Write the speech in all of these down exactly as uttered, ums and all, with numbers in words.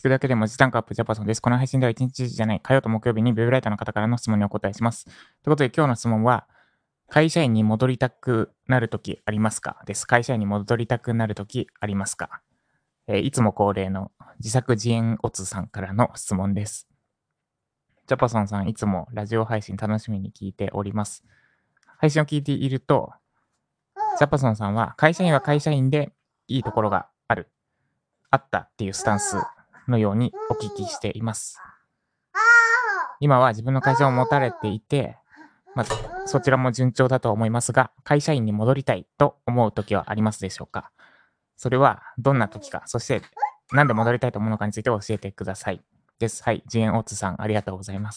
くだけで文字単価アップジャパソンです。この配信ではいちにちじゃない、火曜と木曜日にウェブライターの方からの質問にお答えします。ということで今日の質問は、会社員に戻りたくなるときありますかです。会社員に戻りたくなるときありますか、えーいつも恒例の自作自演オツさんからの質問です。ジャパソンさん、いつもラジオ配信楽しみに聞いております。配信を聞いていると、ジャパソンさんは会社員は会社員でいいところがある、あったっていうスタンスのようにお聞きしています。今は自分の会社を持たれていて、まあ、そちらも順調だと思いますが、会社員に戻りたいと思うときはありますでしょうか。それはどんなときか、そしてなんで戻りたいと思うのかについて教えてください。です。はい。ジエンオーツさん、ありがとうございます。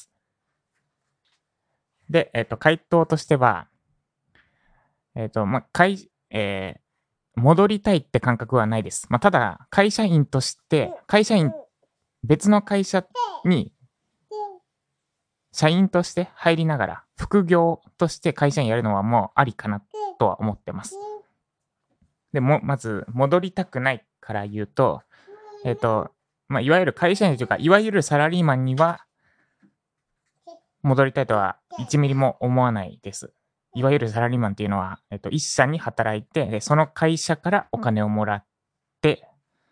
で、えっ、と、回答としては、えっ、と、まあ、会、えー戻りたいって感覚はないです。まあ、ただ、会社員として、会社員、別の会社に社員として入りながら、副業として会社員やるのはもうありかなとは思ってます。でも、まず、戻りたくないから言うと、えっ、と、まあ、いわゆる会社員というか、いわゆるサラリーマンには戻りたいとはいちミリも思わないです。いわゆるサラリーマンっていうのは、えっ、と、一社に働いて、で、その会社からお金をもらって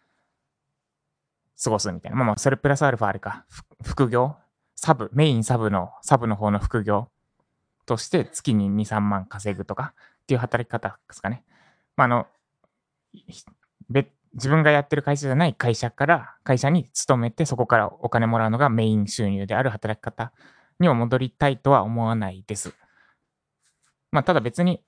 過ごすみたいな。まあまあ、それプラスアルファあれか、ふ副業サブ、メインサブの、サブの方の副業として月にに、さんまん稼ぐとかっていう働き方ですかね。まあ、あの、ひ別自分がやってる会社じゃない会社から会社に勤めてそこからお金もらうのがメイン収入である働き方には戻りたいとは思わないです。まあ、ただ別に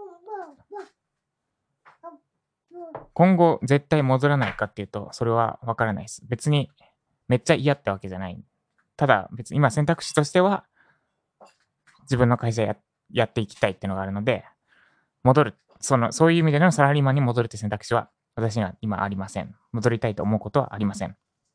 今後絶対戻らないかっていうとそれはわからないです。別にめっちゃ嫌ってわけじゃない。ただ別に今選択肢としては自分の会社ややっていきたいっていうのがあるので、戻る、その、そういう意味でのサラリーマンに戻るって選択肢は私には今ありません。戻りたいと思うことはありません。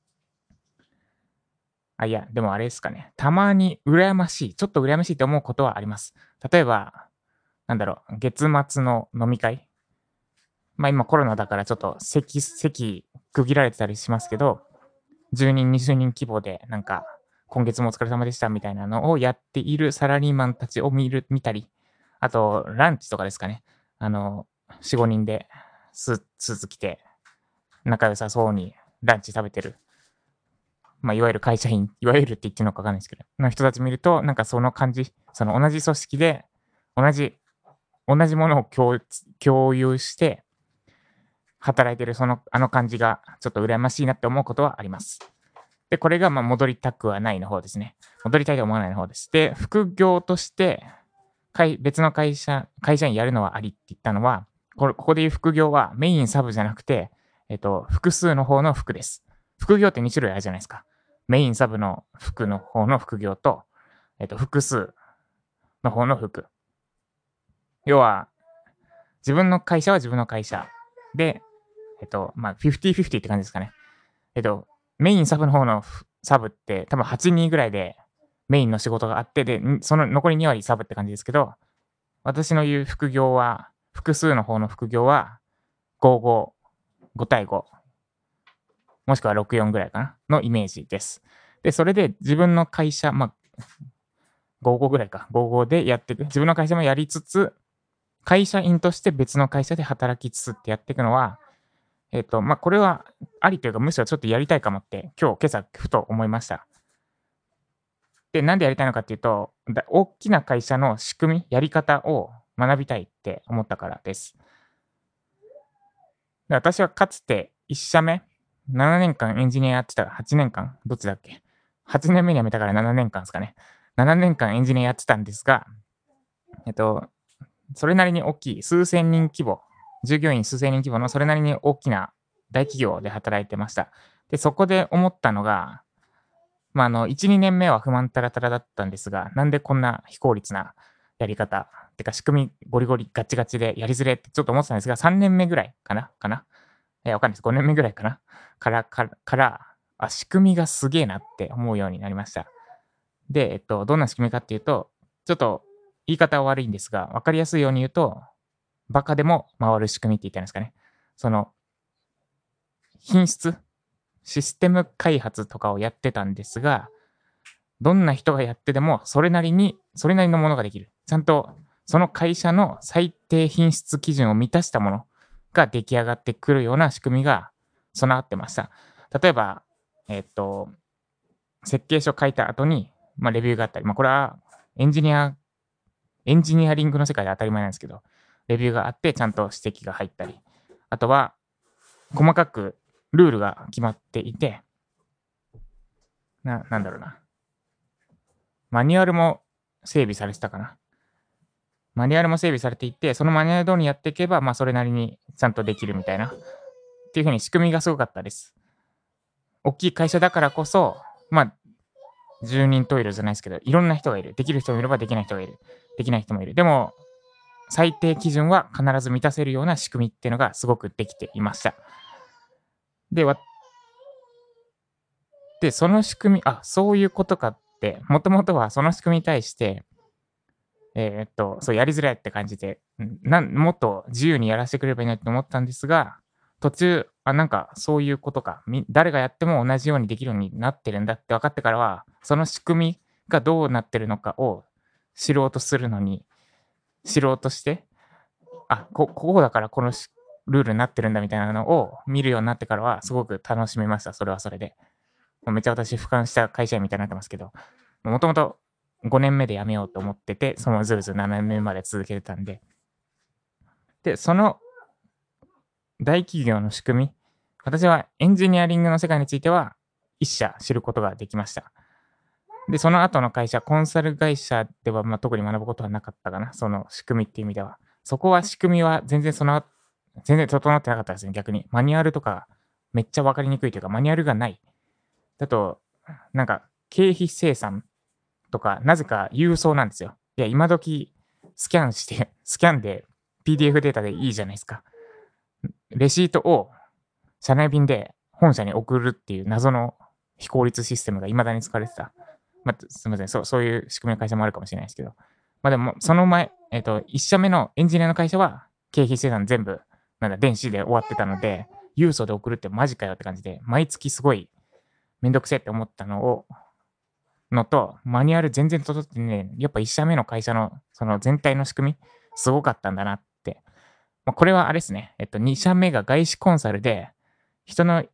あ、いや、でもあれですかね。たまに羨ましい、ちょっと羨ましいと思うことはあります。例えば、なんだろう、月末の飲み会。まあ今コロナだからちょっと席、席区切られてたりしますけど、じゅうにん、にじゅうにん規模でなんか、今月もお疲れ様でしたみたいなのをやっているサラリーマンたちを見る、見たり、あと、ランチとかですかね。あの、よん、ごにんでススーツ着て、仲良さそうにランチ食べてる。まあ、いわゆる会社員、いわゆるって言ってるのかわかんないですけど、の人たち見ると、なんかその感じ、その同じ組織で、同じ、同じものを共共有して、働いてるその、あの感じが、ちょっと羨ましいなって思うことはあります。で、これが、まあ、戻りたくはないの方ですね。戻りたいと思わないの方です。で、副業として、会別の会社、会社員やるのはありって言ったのは、これここでいう副業はメインサブじゃなくて、えっと、複数の方の副です。副業ってに種類あるじゃないですか。メインサブの副の方の副業と、えっと、複数の方の副。要は、自分の会社は自分の会社で、えっと、まあ、フィフティーフィフティーって感じですかね。えっと、メインサブの方のサブって多分はちにんぐらいでメインの仕事があって、で、その残りに割サブって感じですけど、私の言う副業は、複数の方の副業はご、ご、ご対ご、もしくはろく、よんぐらいかなのイメージです。で、それで自分の会社、まあ、ご、ごぐらいか、ご、ごでやっていく。自分の会社もやりつつ、会社員として別の会社で働きつつってやっていくのは、えっと、まあ、これはありというか、むしろちょっとやりたいかもって、今日、今朝、ふと思いました。で、なんでやりたいのかっていうと、だ大きな会社の仕組み、やり方を学びたいって思ったからです。で私はかつていち社目、ななねんかんエンジニアやってた、はちねんかん、どっちだっけ ?はち 年目に辞めたからななねんかんですかね。ななねんかんエンジニアやってたんですが、えっと、それなりに大きい、数千人規模、従業員数千人規模のそれなりに大きな大企業で働いてました。で、そこで思ったのが、まあ、あの、いち、にねんめは不満たらたらだったんですが、なんでこんな非効率なやり方、てか仕組みゴリゴリガチガチでやりづれってちょっと思ってたんですが、さんねんめぐらいかなかなえ、わかんないです。ごねんめぐらいかなから、から、からあ、仕組みがすげえなって思うようになりました。で、えっと、どんな仕組みかっていうと、ちょっと言い方は悪いんですが、わかりやすいように言うと、バカでも回る仕組みって言ったんですかね。その、品質システム開発とかをやってたんですが、どんな人がやってでもそれなりに、それなりのものができる。ちゃんとその会社の最低品質基準を満たしたものが出来上がってくるような仕組みが備わってました。例えば、えっと、設計書書いた後に、まあ、レビューがあったり、まあ、これはエンジニア、エンジニアリングの世界で当たり前なんですけど、レビューがあってちゃんと指摘が入ったり、あとは細かくルールが決まっていて、な、なんだろうな。マニュアルも整備されてたかな。マニュアルも整備されていて、そのマニュアル通りにやっていけば、まあそれなりにちゃんとできるみたいな。っていう風に仕組みがすごかったです。大きい会社だからこそ、まあ、十人十色じゃないですけど、いろんな人がいる。できる人もいればできない人がいる。できない人もいる。でも、最低基準は必ず満たせるような仕組みっていうのがすごくできていました。で、わで、その仕組み、あ、そういうことかって、もともとはその仕組みに対して、えーっと、そう、やりづらいって感じで、んなんもっと自由にやらせてくれればいいなって思ったんですが、途中、あ、なんかそういうことか、み誰がやっても同じようにできるようになってるんだって分かってからは、その仕組みがどうなってるのかを知ろうとするのに、知ろうとして、あ、こここだからこのしルールになってるんだみたいなのを見るようになってからは、すごく楽しめました、それはそれで。もうめっちゃ私俯瞰した会社員みたいになってますけど、もともとごねんめで辞めようと思ってて、そのずるずるななねんめまで続けてたんで。で、その大企業の仕組み、私はエンジニアリングの世界については一社知ることができました。で、その後の会社、コンサル会社では、まあ、特に学ぶことはなかったかな。その仕組みっていう意味では。そこは仕組みは全然その、全然整ってなかったですね、逆に。マニュアルとかめっちゃわかりにくいというか、マニュアルがない。だと、なんか経費生産とか、なぜか郵送なんですよ。いや、今時スキャンして、スキャンで ピーディーエフ データでいいじゃないですか。レシートを社内便で本社に送るっていう謎の非効率システムが未だに使われてた。まあ、すみません。そう、そういう仕組みの会社もあるかもしれないですけど。まあでも、その前、えっ、と、いっ社目のエンジニアの会社は、経費生産全部、なんだ、電子で終わってたので、郵送で送るってマジかよって感じで、毎月すごいめんどくせえって思ったのを、のと、マニュアル全然整ってね、やっぱいっ社目の会社の、その全体の仕組み、すごかったんだなって。まあ、これはあれですね。えっと、に社目が外資コンサルで、人の、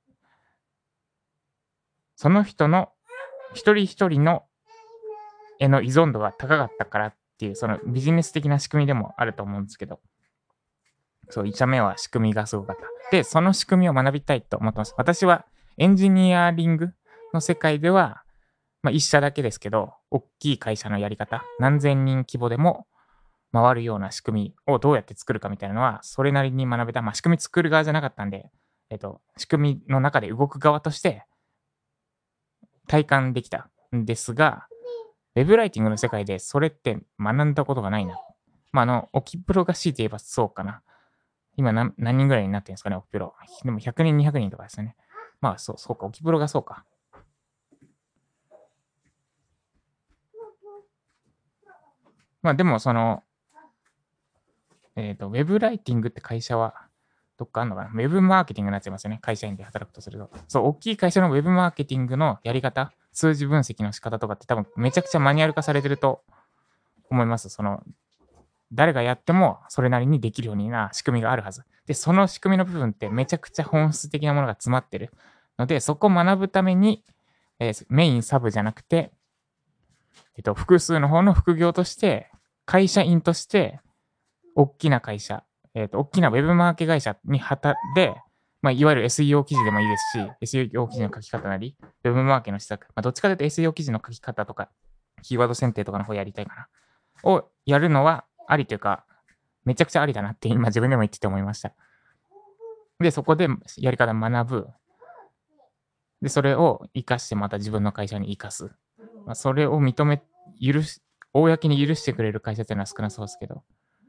その人の一人一人のへの依存度が高かったからっていう、そのビジネス的な仕組みでもあると思うんですけど、そう、いち社目は仕組みがすごかった。で、その仕組みを学びたいと思ってます。私はエンジニアリングの世界では、まあ、いっ社だけですけど、大きい会社のやり方、何千人規模でも回るような仕組みをどうやって作るかみたいなのは、それなりに学べた。まあ、仕組み作る側じゃなかったんで、えっと、仕組みの中で動く側として体感できたんですが、ウェブライティングの世界でそれって学んだことがないな。まあ、あの、オキプロが強いて言えばそうかな。今何何人ぐらいになってるんですかね、オキプロ。でもひゃくにん、にひゃくにんとかですよね。まあ、そう、そうか、オキプロがそうか。まあ、でも、その、えっ、と、ウェブライティングって会社は、どっかあるのかな。ウェブマーケティングになっちゃいますよね。会社員で働くとすると。そう、大きい会社のウェブマーケティングのやり方、数字分析の仕方とかって多分めちゃくちゃマニュアル化されてると思います。その、誰がやってもそれなりにできるような仕組みがあるはず。で、その仕組みの部分ってめちゃくちゃ本質的なものが詰まってるので、そこを学ぶために、えーメインサブじゃなくて、えっと、複数の方の副業として、会社員として、大きな会社、えっと、大きなウェブマーケ会社に旗で、まあ、いわゆる エスイーオー 記事でもいいですし、エスイーオー 記事の書き方なり、ウェブマーケの施策、まあ、どっちかというと エスイーオー 記事の書き方とか、キーワード選定とかの方やりたいかな。をやるのはありというか、めちゃくちゃありだなって今自分でも言ってて思いました。で、そこでやり方学ぶ。で、それを活かしてまた自分の会社に活かす。まあ、それを認め、許し、公に許してくれる会社っていうのは少なそうですけど。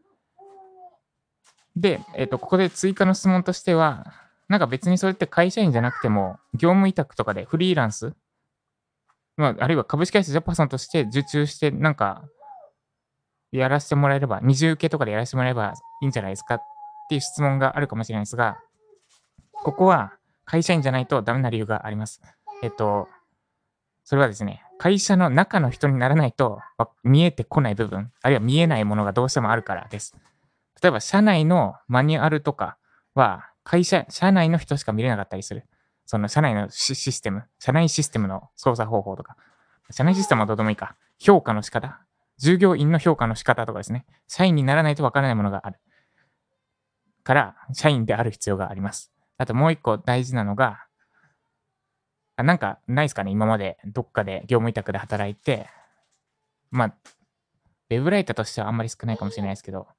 で、えっと、ここで追加の質問としては、なんか別にそれって会社員じゃなくても、業務委託とかでフリーランス、まあ、あるいは株式会社ジャパソンとして受注して、なんか、やらせてもらえれば、二重受けとかでやらせてもらえばいいんじゃないですかっていう質問があるかもしれないですが、ここは会社員じゃないとダメな理由があります。えっと、それはですね、会社の中の人にならないとわ見えてこない部分、あるいは見えないものがどうしてもあるからです。例えば社内のマニュアルとかは、会社社内の人しか見れなかったりする。その社内のシシステム、社内システムの操作方法とか、社内システムはどうでもいいか。評価の仕方、従業員の評価の仕方とかですね。社員にならないとわからないものがあるから、社員である必要があります。あともう一個大事なのが、あなんかないですかね、今までどっかで業務委託で働いて、まあ、ウェブライターとしてはあんまり少ないかもしれないですけど、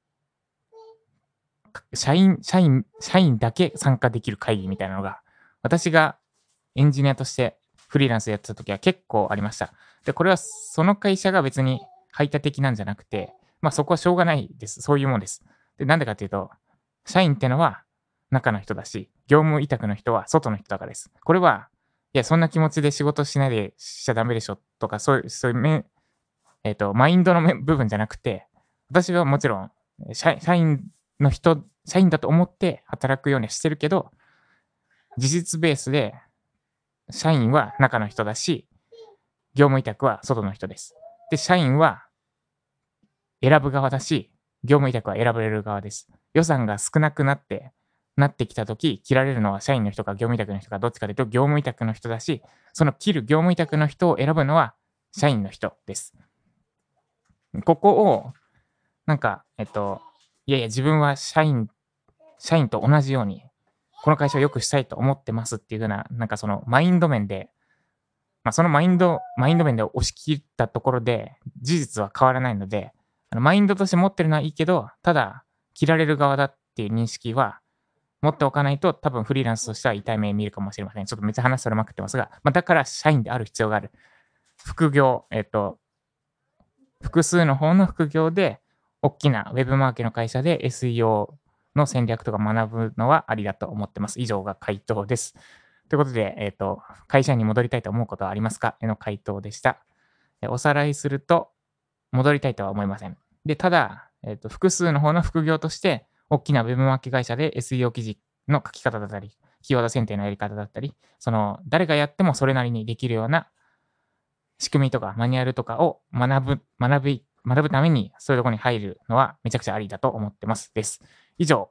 社員、社員、社員だけ参加できる会議みたいなのが、私がエンジニアとしてフリーランスでやってた時は結構ありました。で、これはその会社が別に排他的なんじゃなくて、まあそこはしょうがないです。そういうもんです。で、なんでかっていうと、社員ってのは中の人だし、業務委託の人は外の人だからです。これは、いや、そんな気持ちで仕事しないでしちゃダメでしょとか、そういう、そういうめ、えっ、と、マインドのめ部分じゃなくて、私はもちろん、社社員の人、社員だと思って働くようにしてるけど、事実ベースで社員は中の人だし、業務委託は外の人です。で、社員は選ぶ側だし、業務委託は選ばれる側です。予算が少なくなって、なってきたとき、切られるのは社員の人か業務委託の人かどっちかというと、業務委託の人だし、その切る業務委託の人を選ぶのは社員の人です。ここを、なんか、えっと、いやいや、自分は社員、社員と同じように、この会社を良くしたいと思ってますっていう風な、なんかそのマインド面で、まあ、そのマインド、マインド面で押し切ったところで、事実は変わらないので、あのマインドとして持ってるのはいいけど、ただ、切られる側だっていう認識は持っておかないと、多分フリーランスとしては痛い目見るかもしれません。ちょっとめっちゃ話それまくってますが、まあ、だから社員である必要がある。副業、えっと、複数の方の副業で、大きなウェブマーケの会社で エスイーオー の戦略とか学ぶのはありだと思ってます。以上が回答です。ということで、えっと、会社に戻りたいと思うことはありますかへの回答でした。えおさらいすると、戻りたいとは思いません。で、ただ、えっと、複数の方の副業として、大きなウェブマーケ会社で エスイーオー 記事の書き方だったり、キーワード選定のやり方だったり、その、誰がやってもそれなりにできるような仕組みとかマニュアルとかを学ぶ、学び、学ぶために、そういうところに入るのはめちゃくちゃありだと思ってます。です。以上。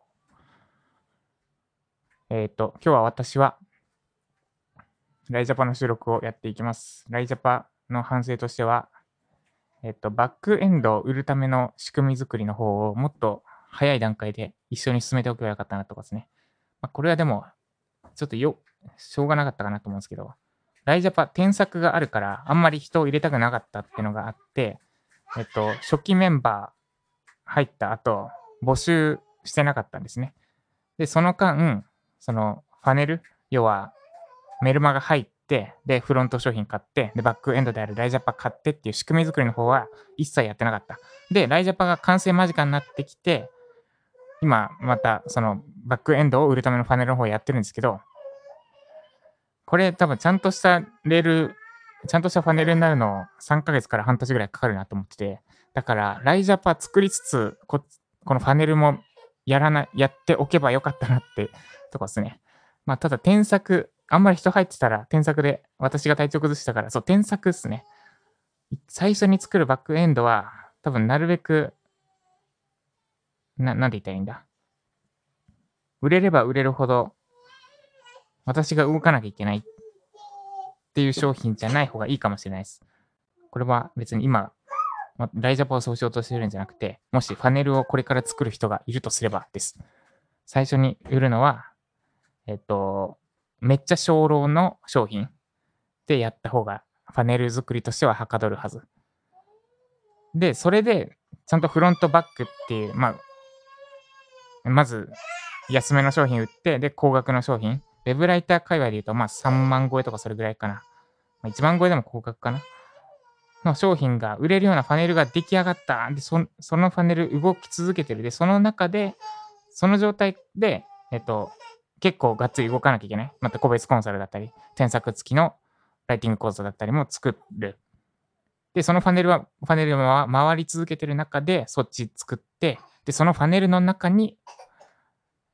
えっ、と、今日は私は、ライジャパの収録をやっていきます。ライジャパの反省としては、えっ、と、バックエンドを売るための仕組み作りの方をもっと早い段階で一緒に進めておけばよかったなとかですね。まあ、これはでも、ちょっとよ、しょうがなかったかなと思うんですけど、ライジャパ添削があるから、あんまり人を入れたくなかったっていうのがあって、えっと、初期メンバー入った後、募集してなかったんですね。で、その間、そのパネル、要はメルマが入って、で、フロント商品買って、で、バックエンドであるライジャパ買ってっていう仕組み作りの方は一切やってなかった。で、ライジャパが完成間近になってきて、今またそのバックエンドを売るためのパネルの方をやってるんですけど、これ多分ちゃんとしたレール、ちゃんとしたパネルになるのさんかげつから半年ぐらいかかるなと思ってて、だから、ライジャパ作りつつ、ここのパネルもやらない、やっておけばよかったなってとこですね。まあ、ただ添削、あんまり人入ってたら添削で私が体調崩したから、そう、添削っすね。最初に作るバックエンドは、多分なるべく、な、なんて言ったらいいんだ。売れれば売れるほど、私が動かなきゃいけないっていう商品じゃない方がいいかもしれないです。これは別に今、まライジャパをそうしようとしてるんじゃなくて、もしパネルをこれから作る人がいるとすればです。最初に売るのは、えっと、めっちゃ少量の商品でやった方が、パネル作りとしてははかどるはず。で、それで、ちゃんとフロントバックっていう、まあ、まず、安めの商品売って、で、高額の商品。ウェブライター界隈で言うと、まあ、さんまん超えとかそれぐらいかな。まあ、いちまん超えでも高額かな。の商品が売れるようなパネルが出来上がった。で、そそのパネル動き続けてる。で、その中で、その状態で、えっと、結構がっつり動かなきゃいけない。また個別コンサルだったり、添削付きのライティング講座だったりも作る。で、そのパネルは、パネルは回り続けてる中で、そっち作って、で、そのパネルの中に、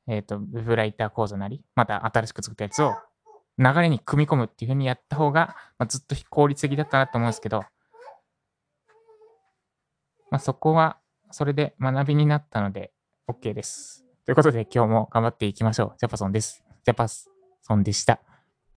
えっと、ウェブライター講座なり、また新しく作ったやつを流れに組み込むっていう風にやった方が、まあ、ずっと効率的だったなと思うんですけど、まあ、そこはそれで学びになったのでオッケーです。ということで今日も頑張っていきましょう。ジャパソンです。ジャパソンでした。